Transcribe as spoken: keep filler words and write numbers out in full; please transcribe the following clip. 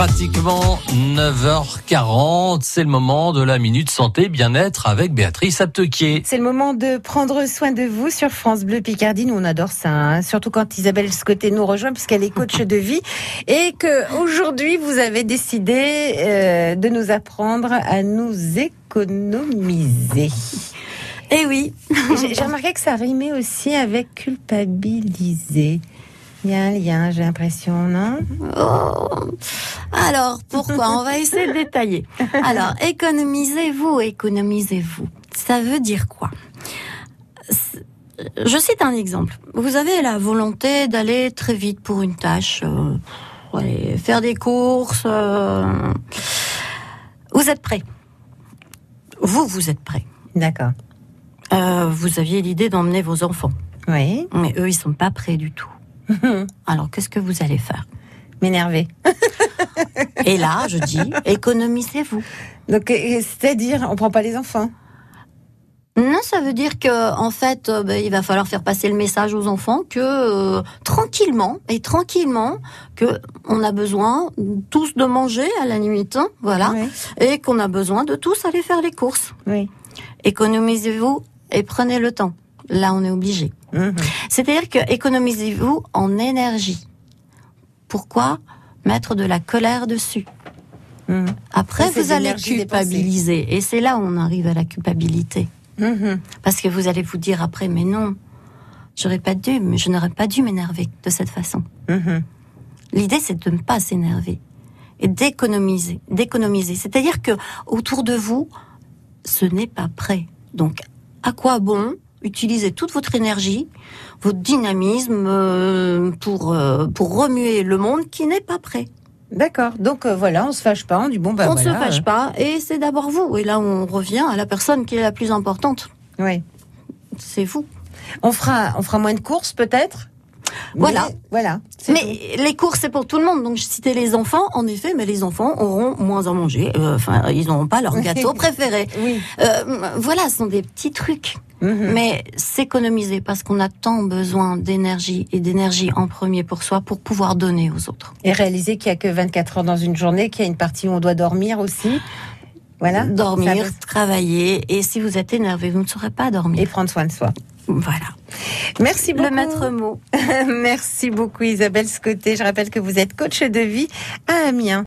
Pratiquement neuf heures quarante, c'est le moment de la Minute Santé Bien-être avec Béatrice Aptequier. C'est le moment de prendre soin de vous sur France Bleu Picardie. Nous, on adore ça, hein. Surtout quand Isabelle Scotté nous rejoint, puisqu'elle est coach de vie et que aujourd'hui vous avez décidé euh, de nous apprendre à nous économiser. Eh oui. J'ai, j'ai remarqué que ça rimait aussi avec culpabiliser. Il y a un lien, j'ai l'impression, non ? Oh. Alors, pourquoi ? On va essayer de détailler. Alors, économisez-vous, économisez-vous. Ça veut dire quoi ? Je cite un exemple. Vous avez la volonté d'aller très vite pour une tâche, euh, aller faire des courses. Euh, vous êtes prêt. Vous, vous êtes prêt. D'accord. Euh, vous aviez l'idée d'emmener vos enfants. Oui. Mais eux, ils sont pas prêts du tout. Alors, qu'est-ce que vous allez faire ? M'énerver. Et là, je dis, économisez-vous. Donc, c'est-à-dire, on prend pas les enfants ? Non, ça veut dire que, en fait, euh, ben, il va falloir faire passer le message aux enfants que euh, tranquillement et tranquillement, que on a besoin tous de manger à la limite, hein, voilà, Oui. et qu'on a besoin de tous aller faire les courses. Oui. Économisez-vous et prenez le temps. Là, on est obligé. Mmh. C'est-à-dire que économisez-vous en énergie. Pourquoi mettre de la colère dessus ? Mmh. Après, Ça, c'est vous allez l'énergie culpabiliser. Et c'est là où on arrive à la culpabilité. Mmh. Parce que vous allez vous dire après, mais non, j'aurais pas dû, mais je n'aurais pas dû m'énerver de cette façon. Mmh. L'idée, c'est de ne pas s'énerver et d'économiser, d'économiser. C'est-à-dire que autour de vous, ce n'est pas prêt. Donc, à quoi bon utiliser toute votre énergie, votre dynamisme euh, pour euh, pour remuer le monde qui n'est pas prêt. D'accord. Donc euh, voilà, on se fâche pas, on dit bon bah on ne voilà. se fâche pas et c'est d'abord vous. Et là, on revient à la personne qui est la plus importante. Oui. C'est vous. On fera, on fera moins de courses peut-être. Voilà. Mais, voilà. C'est Mais les courses, c'est pour tout le monde. Donc, je citais les enfants. En effet, mais les enfants auront moins à manger. Euh, Enfin, ils n'auront pas leur gâteau préféré. Oui. Euh, voilà, ce sont des petits trucs. Mmh. Mais s'économiser parce qu'on a tant besoin d'énergie et d'énergie en premier pour soi pour pouvoir donner aux autres. Et réaliser qu'il y a que vingt-quatre heures dans une journée, qu'il y a une partie où on doit dormir aussi. Voilà. Dormir, Ça veut- travailler. Et si vous êtes énervé, vous ne saurez pas dormir. Et prendre soin de soi. Voilà. Merci beaucoup. Le maître mot. Merci beaucoup Isabelle Scotté. Je rappelle que vous êtes coach de vie à Amiens.